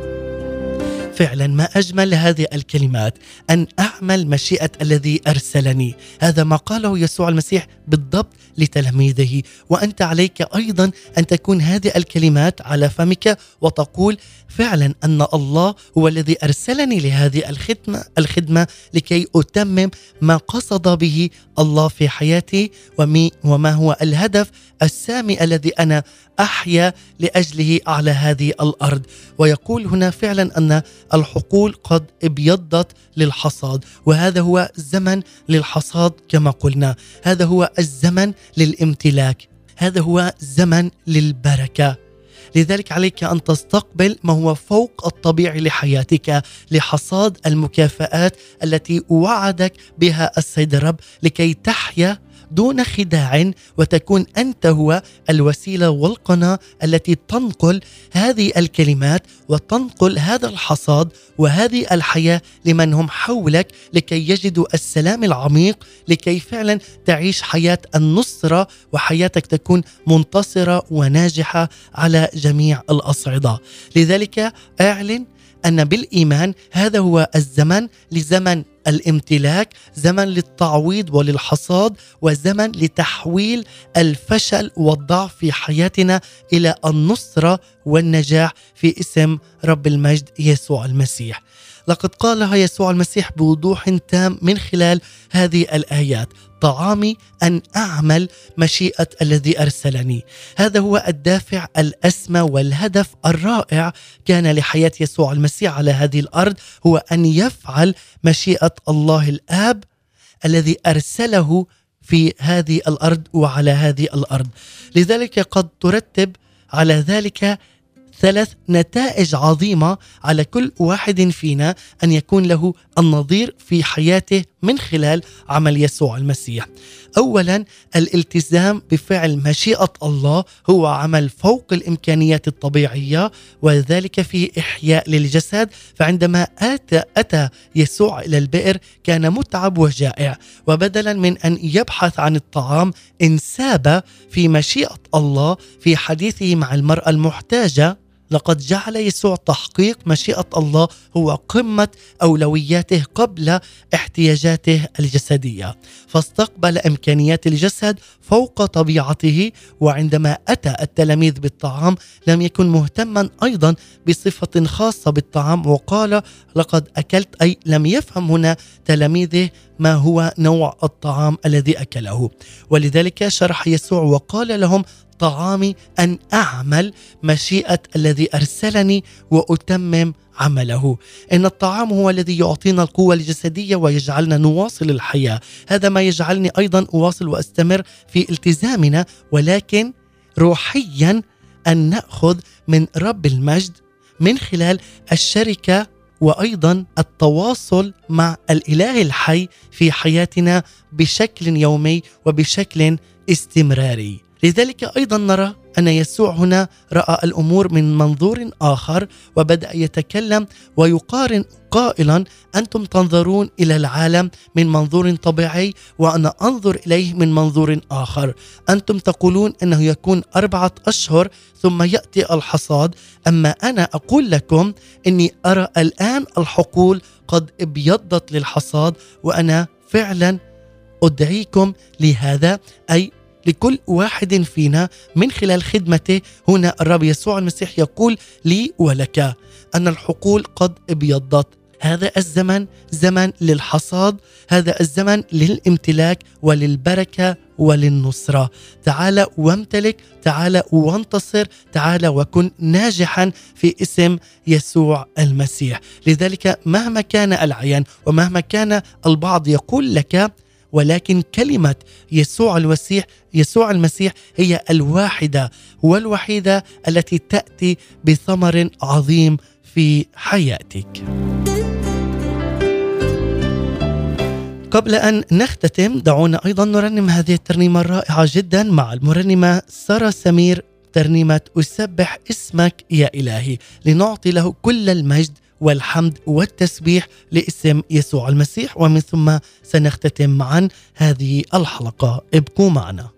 فعلا ما أجمل هذه الكلمات، أن أعمل مشيئة الذي أرسلني. هذا ما قاله يسوع المسيح بالضبط لتلاميذه، وأنت عليك أيضا أن تكون هذه الكلمات على فمك وتقول فعلا أن الله هو الذي أرسلني لهذه الخدمة لكي أتمم ما قصد به الله في حياتي، وما هو الهدف السامي الذي أنا أحيا لأجله على هذه الأرض. ويقول هنا فعلا أن الحقول قد ابيضت للحصاد، وهذا هو زمن للحصاد كما قلنا، هذا هو الزمن للامتلاك، هذا هو زمن للبركة. لذلك عليك أن تستقبل ما هو فوق الطبيعي لحياتك، لحصاد المكافآت التي وعدك بها السيد الرب، لكي تحيا دون خداع، وتكون أنت هو الوسيلة والقناة التي تنقل هذه الكلمات وتنقل هذا الحصاد وهذه الحياة لمن هم حولك، لكي يجدوا السلام العميق، لكي فعلا تعيش حياة النصرة، وحياتك تكون منتصرة وناجحة على جميع الأصعدة. لذلك أعلن أن بالإيمان هذا هو الزمن، لزمن الامتلاك، زمن للتعويض وللحصاد، وزمن لتحويل الفشل والضعف في حياتنا إلى النصرة والنجاح في اسم رب المجد يسوع المسيح. لقد قالها يسوع المسيح بوضوح تام من خلال هذه الآيات: طعامي أن أعمل مشيئة الذي أرسلني. هذا هو الدافع الأسمى والهدف الرائع كان لحياة يسوع المسيح على هذه الأرض، هو أن يفعل مشيئة الله الآب الذي أرسله في هذه الأرض وعلى هذه الأرض. لذلك قد ترتب على ذلك 3 نتائج عظيمة على كل واحد فينا أن يكون له النظير في حياته من خلال عمل يسوع المسيح. أولا، الالتزام بفعل مشيئة الله هو عمل فوق الإمكانيات الطبيعية، وذلك في إحياء للجسد. فعندما أتى يسوع إلى البئر كان متعب وجائع، وبدلا من أن يبحث عن الطعام انساب في مشيئة الله في حديثه مع المرأة المحتاجة. لقد جعل يسوع تحقيق مشيئة الله هو قمة أولوياته قبل احتياجاته الجسدية، فاستقبل إمكانيات الجسد فوق طبيعته. وعندما أتى التلاميذ بالطعام لم يكن مهتما أيضا بصفة خاصة بالطعام، وقال لقد أكلت، أي لم يفهم هنا تلاميذه ما هو نوع الطعام الذي أكله. ولذلك شرح يسوع وقال لهم: طعامي أن أعمل مشيئة الذي أرسلني وأتمم عمله. إن الطعام هو الذي يعطينا القوة الجسدية ويجعلنا نواصل الحياة. هذا ما يجعلني أيضا أواصل وأستمر في التزامنا، ولكن روحيا أن نأخذ من رب المجد من خلال الشركة وأيضا التواصل مع الإله الحي في حياتنا بشكل يومي وبشكل استمراري. لذلك أيضا نرى أن يسوع هنا رأى الأمور من منظور آخر، وبدأ يتكلم ويقارن قائلا: أنتم تنظرون إلى العالم من منظور طبيعي وأنا أنظر إليه من منظور آخر. أنتم تقولون أنه يكون 4 أشهر ثم يأتي الحصاد، أما أنا أقول لكم أني أرى الآن الحقول قد ابيضت للحصاد، وأنا فعلا أدعيكم لهذا، أي لكل واحد فينا من خلال خدمته. هنا الرب يسوع المسيح يقول لي ولك أن الحقول قد ابيضت. هذا الزمن زمن للحصاد، هذا الزمن للامتلاك وللبركة وللنصرة. تعال وامتلك، تعال وانتصر، تعال وكن ناجحا في اسم يسوع المسيح. لذلك مهما كان العيان ومهما كان البعض يقول لك، ولكن كلمة يسوع المسيح هي الواحدة والوحيدة التي تأتي بثمر عظيم في حياتك. قبل أن نختتم دعونا أيضا نرنم هذه الترنيمة الرائعة جدا مع المرنمة سارة سمير، ترنيمة أسبح اسمك يا إلهي، لنعطي له كل المجد والحمد والتسبيح لاسم يسوع المسيح، ومن ثم سنختتم معا هذه الحلقة. ابقوا معنا.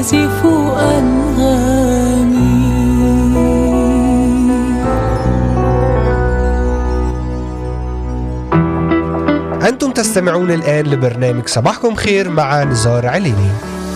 تعزف أنغامي. أنتم تستمعون الآن لبرنامج صباحكم خير مع نزار عليني.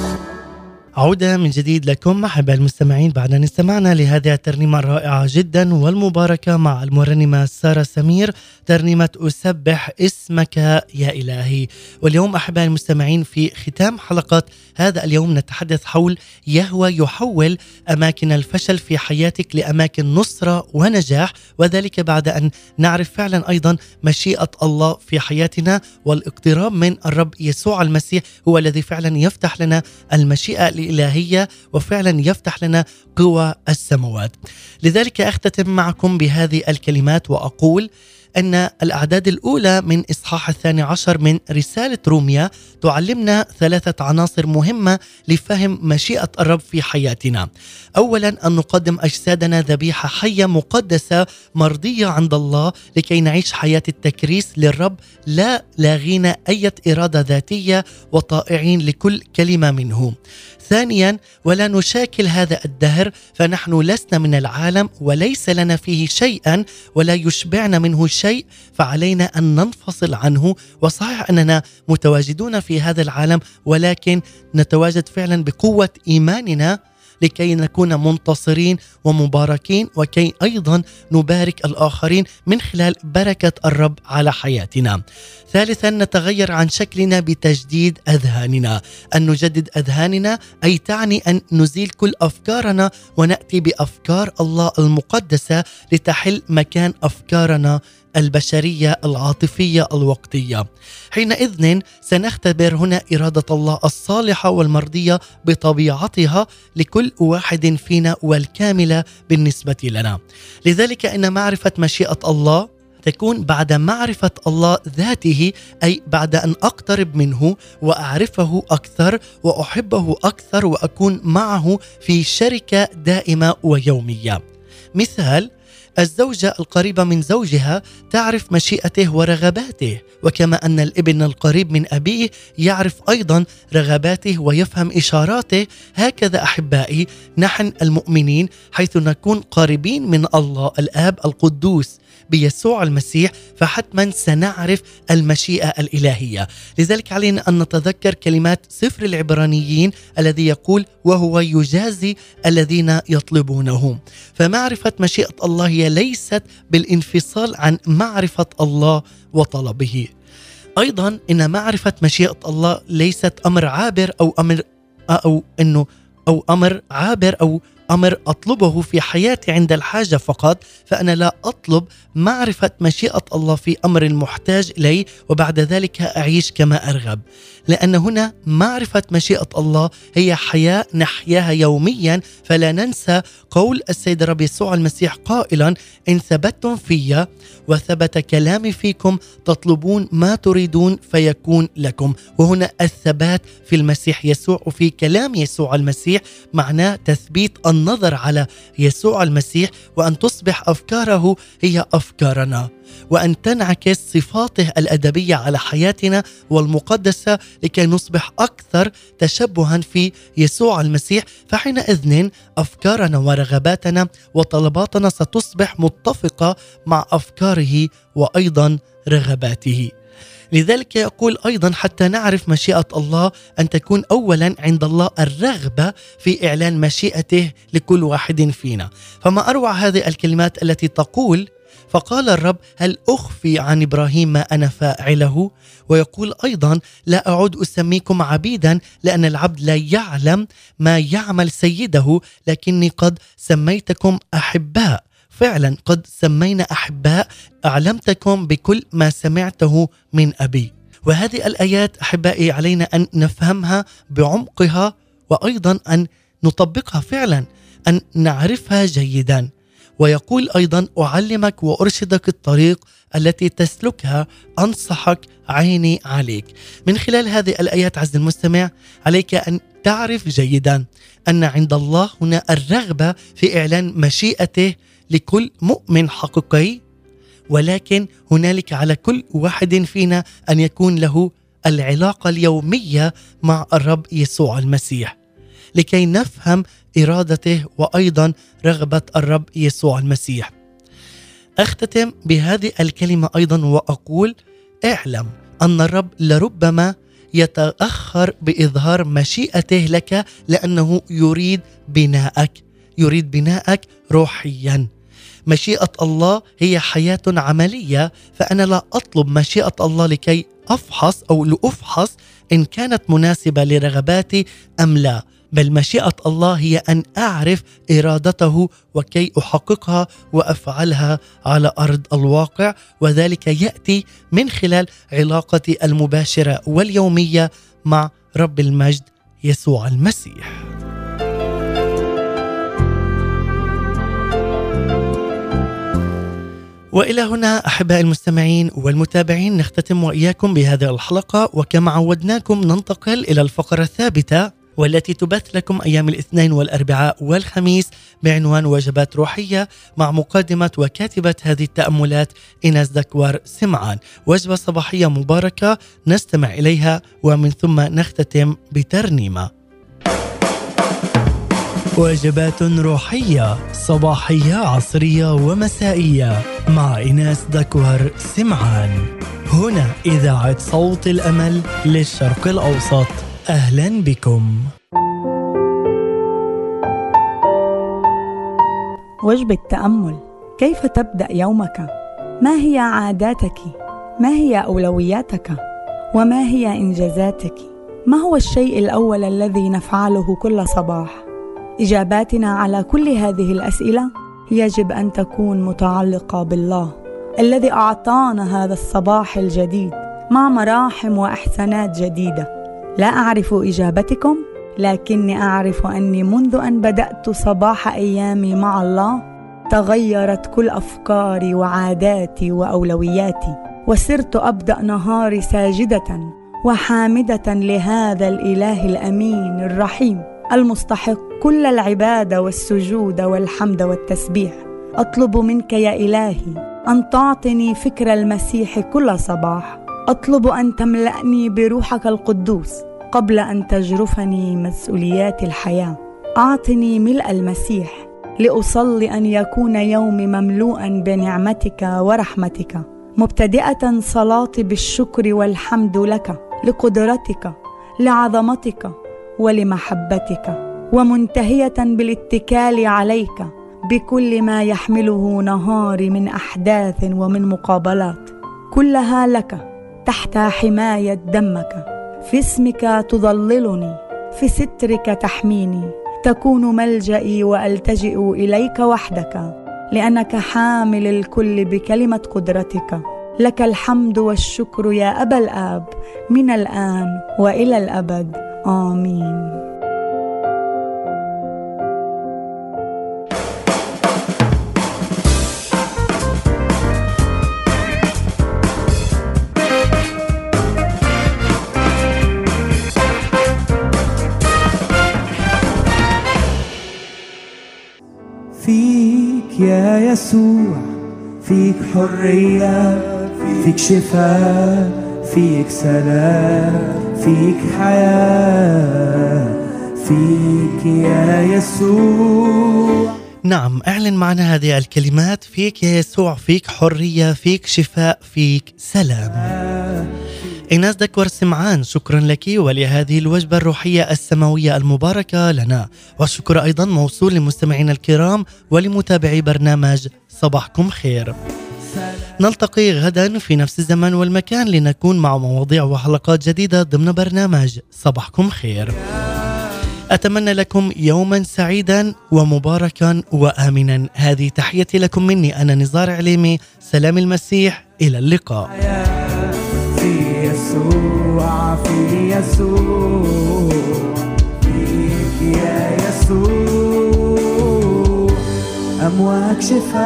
عودة من جديد لكم أحباء المستمعين بعد أن استمعنا لهذه الترنيمة الرائعة جدا والمباركة مع المرنمة سارة سمير، ترنيمة أسبح اسمك يا إلهي. واليوم أحباء المستمعين في ختام حلقة هذا اليوم نتحدث حول يهوه يحول أماكن الفشل في حياتك لأماكن نصرة ونجاح، وذلك بعد أن نعرف فعلا أيضا مشيئة الله في حياتنا، والاقتراب من الرب يسوع المسيح هو الذي فعلا يفتح لنا المشيئة الإلهية وفعلا يفتح لنا قوى السماوات. لذلك أختتم معكم بهذه الكلمات وأقول أن الأعداد الأولى من إصحاح 12 من رسالة روميا تعلمنا 3 عناصر مهمة لفهم مشيئة الرب في حياتنا. أولا، أن نقدم أجسادنا ذبيحة حية مقدسة مرضية عند الله لكي نعيش حياة التكريس للرب، لا لاغين أي إرادة ذاتية وطائعين لكل كلمة منه. ثانيا، ولا نشاكل هذا الدهر، فنحن لسنا من العالم وليس لنا فيه شيئا ولا يشبعنا منه شيء، فعلينا أن ننفصل عنه. وصحيح أننا متواجدون في هذا العالم، ولكن نتواجد فعلا بقوة إيماننا لكي نكون منتصرين ومباركين، وكي أيضا نبارك الآخرين من خلال بركة الرب على حياتنا. ثالثا، نتغير عن شكلنا بتجديد أذهاننا. أن نجدد أذهاننا أي تعني أن نزيل كل أفكارنا ونأتي بأفكار الله المقدسة لتحل مكان أفكارنا البشرية العاطفية الوقتية. حينئذ سنختبر هنا إرادة الله الصالحة والمرضية بطبيعتها لكل واحد فينا والكاملة بالنسبة لنا. لذلك إن معرفة مشيئة الله تكون بعد معرفة الله ذاته، أي بعد أن أقترب منه وأعرفه أكثر وأحبه أكثر وأكون معه في شركة دائمة ويومية. مثال: الزوجة القريبة من زوجها تعرف مشيئته ورغباته، وكما أن الابن القريب من أبيه يعرف أيضا رغباته ويفهم إشاراته، هكذا أحبائي نحن المؤمنين حيث نكون قريبين من الله الآب القدوس بيسوع المسيح فحتما سنعرف المشيئة الإلهية. لذلك علينا أن نتذكر كلمات سفر العبرانيين الذي يقول: وهو يجازي الذين يطلبونه. فمعرفة مشيئة الله هي ليست بالانفصال عن معرفة الله وطلبه. أيضا إن معرفة مشيئة الله ليست أمر عابر أو أمر عابر أو أمر أطلبه في حياتي عند الحاجة فقط، فأنا لا أطلب معرفة مشيئة الله في أمر محتاج إليه وبعد ذلك أعيش كما أرغب، لأن هنا معرفة مشيئة الله هي حياة نحياها يوميا. فلا ننسى قول السيد الرب يسوع المسيح قائلا: إن ثبتتم في وثبت كلامي فيكم تطلبون ما تريدون فيكون لكم. وهنا الثبات في المسيح يسوع وفي كلام يسوع المسيح معناه تثبيت النظر على يسوع المسيح، وأن تصبح أفكاره هي أفكارنا، وأن تنعكس صفاته الأدبية على حياتنا والمقدسة لكي نصبح أكثر تشبها في يسوع المسيح. فحينئذ أفكارنا ورغباتنا وطلباتنا ستصبح متفقة مع أفكاره وأيضا رغباته. لذلك يقول أيضا حتى نعرف مشيئة الله أن تكون أولا عند الله الرغبة في إعلان مشيئته لكل واحد فينا. فما أروع هذه الكلمات التي تقول: فقال الرب: هل أخفي عن إبراهيم ما أنا فاعله؟ ويقول أيضا: لا أعود أسميكم عبيدا لأن العبد لا يعلم ما يعمل سيده، لكني قد سميتكم أحباء. فعلا قد سمينا أحباء، أعلمتكم بكل ما سمعته من أبي. وهذه الآيات أحبائي علينا أن نفهمها بعمقها وأيضا أن نطبقها فعلا، أن نعرفها جيدا. ويقول أيضا: أعلمك وأرشدك الطريق التي تسلكها، أنصحك عيني عليك. من خلال هذه الآيات عز المستمع عليك أن تعرف جيدا أن عند الله هنا الرغبة في إعلان مشيئته لكل مؤمن حقيقي، ولكن هنالك على كل واحد فينا أن يكون له العلاقة اليومية مع الرب يسوع المسيح. لكي نفهم إرادته وأيضا رغبة الرب يسوع المسيح. أختتم بهذه الكلمة أيضا وأقول: اعلم أن الرب لربما يتأخر بإظهار مشيئته لك، لأنه يريد بناءك روحيا. مشيئة الله هي حياة عملية، فأنا لا أطلب مشيئة الله لكي لأفحص إن كانت مناسبة لرغباتي أم لا، بل مشيئة الله هي أن أعرف إرادته وكي أحققها وأفعلها على أرض الواقع، وذلك يأتي من خلال علاقتي المباشرة واليومية مع رب المجد يسوع المسيح. وإلى هنا أحباء المستمعين والمتابعين نختتم وإياكم بهذه الحلقة، وكما عودناكم ننتقل إلى الفقرة الثابتة والتي تبث لكم أيام الاثنين والأربعاء والخميس بعنوان وجبات روحية، مع مقدمة وكاتبة هذه التأملات إيناس دكوار سمعان. وجبة صباحية مباركة نستمع إليها ومن ثم نختتم بترنيمة. وجبات روحية صباحية عصرية ومسائية مع إيناس دكوار سمعان، هنا إذاعة صوت الأمل للشرق الأوسط. أهلا بكم. وجبة تأمل. كيف تبدأ يومك؟ ما هي عاداتك؟ ما هي أولوياتك؟ وما هي إنجازاتك؟ ما هو الشيء الأول الذي نفعله كل صباح؟ إجاباتنا على كل هذه الأسئلة يجب أن تكون متعلقة بالله الذي أعطانا هذا الصباح الجديد مع مراحم وإحسانات جديدة. لا أعرف إجابتكم، لكني أعرف أني منذ أن بدأت صباح أيامي مع الله تغيرت كل أفكاري وعاداتي وأولوياتي، وصرت أبدأ نهاري ساجدة وحامدة لهذا الإله الأمين الرحيم المستحق كل العبادة والسجود والحمد والتسبيح. أطلب منك يا إلهي أن تعطني فكر المسيح كل صباح. أطلب أن تملأني بروحك القدوس قبل أن تجرفني مسؤوليات الحياة. أعطني ملء المسيح لأصلي أن يكون يومي مملوءا بنعمتك ورحمتك، مبتدئة صلاتي بالشكر والحمد لك لقدرتك لعظمتك ولمحبتك، ومنتهية بالاتكال عليك بكل ما يحمله نهاري من أحداث ومن مقابلات، كلها لك تحت حماية دمك. في اسمك تظللني، في سترك تحميني، تكون ملجئي وألتجئ إليك وحدك، لأنك حامل الكل بكلمة قدرتك. لك الحمد والشكر يا أبا الآب، من الآن وإلى الأبد، آمين. فيك يا يسوع، فيك حرية، فيك شفاء، فيك سلام، فيك حياة، فيك يا يسوع. نعم، اعلن معنا هذه الكلمات: فيك يا يسوع، فيك حرية، فيك شفاء، فيك سلام. إيناس دكوار سمعان، شكرا لك ولهذه الوجبة الروحية السماوية المباركة لنا، والشكر أيضا موصول لمستمعينا الكرام ولمتابعي برنامج صباحكم خير. نلتقي غدا في نفس الزمان والمكان لنكون مع مواضيع وحلقات جديدة ضمن برنامج صباحكم خير. أتمنى لكم يوما سعيدا ومباركا وآمنا. هذه تحيتي لكم مني أنا نزار عليمي. سلام المسيح، إلى اللقاء. في يسوع، في يسوع، فيك يا يسوع. أمواج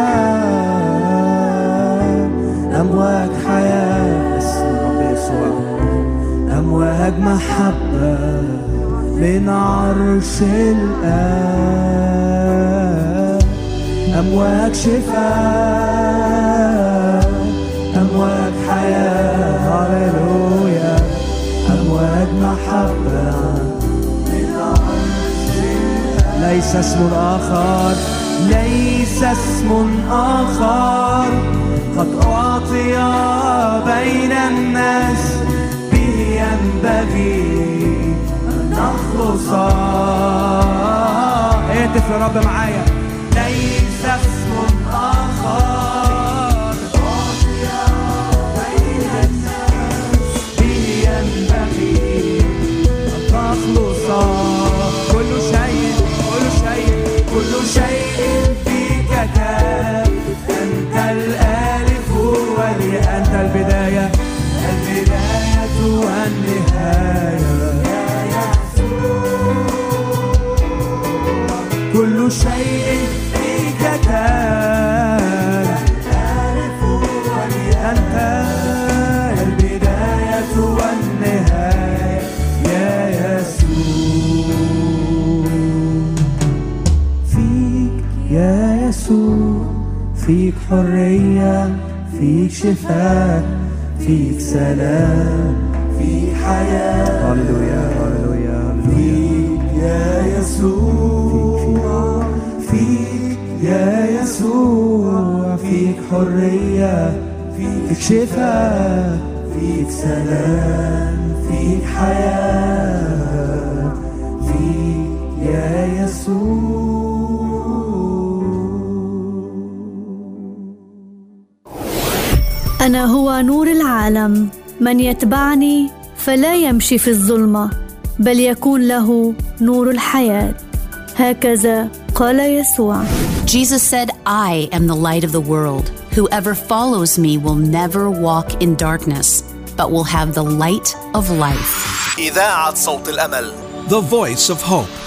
شفاء، أمواج حياة، اسم الرب يسوع. أمواج محبة من عرش الآب. أمواج شفاء، أمواج حياة، هاليلويا. أمواج محبة من عرش ليس اسم آخر، ليس اسم آخر قد أعطي بين الناس به ينبغي أن نخلص. اهتف يا رب معايا. ليس اسم آخر أعطي بين الناس به ينبغي أن نخلص. كل شيء فيك كان، أنت الألف والياء، أنت البداية والنهاية يا يسوع. كل شيء فيك كان، الألف والياء، أنت البداية والنهاية يا يسوع. يا يسوع فيك حرية، فيك شفاء، فيك سلام، فيك حياة. هللويا هللويا. فيك يا يسوع، فيك يا يسوع، فيك حرية، فيك شفاء، فيك سلام، فيك حياة. فيك يا يسوع. أنا هو نور العالم، من يتبعني فلا يمشي في الظلمة بل يكون له نور الحياة. هكذا قال يسوع. Jesus said, I am the light of the world. Whoever follows me will never walk in darkness, but will have the light of life. إذاعة صوت الأمل. The Voice of Hope.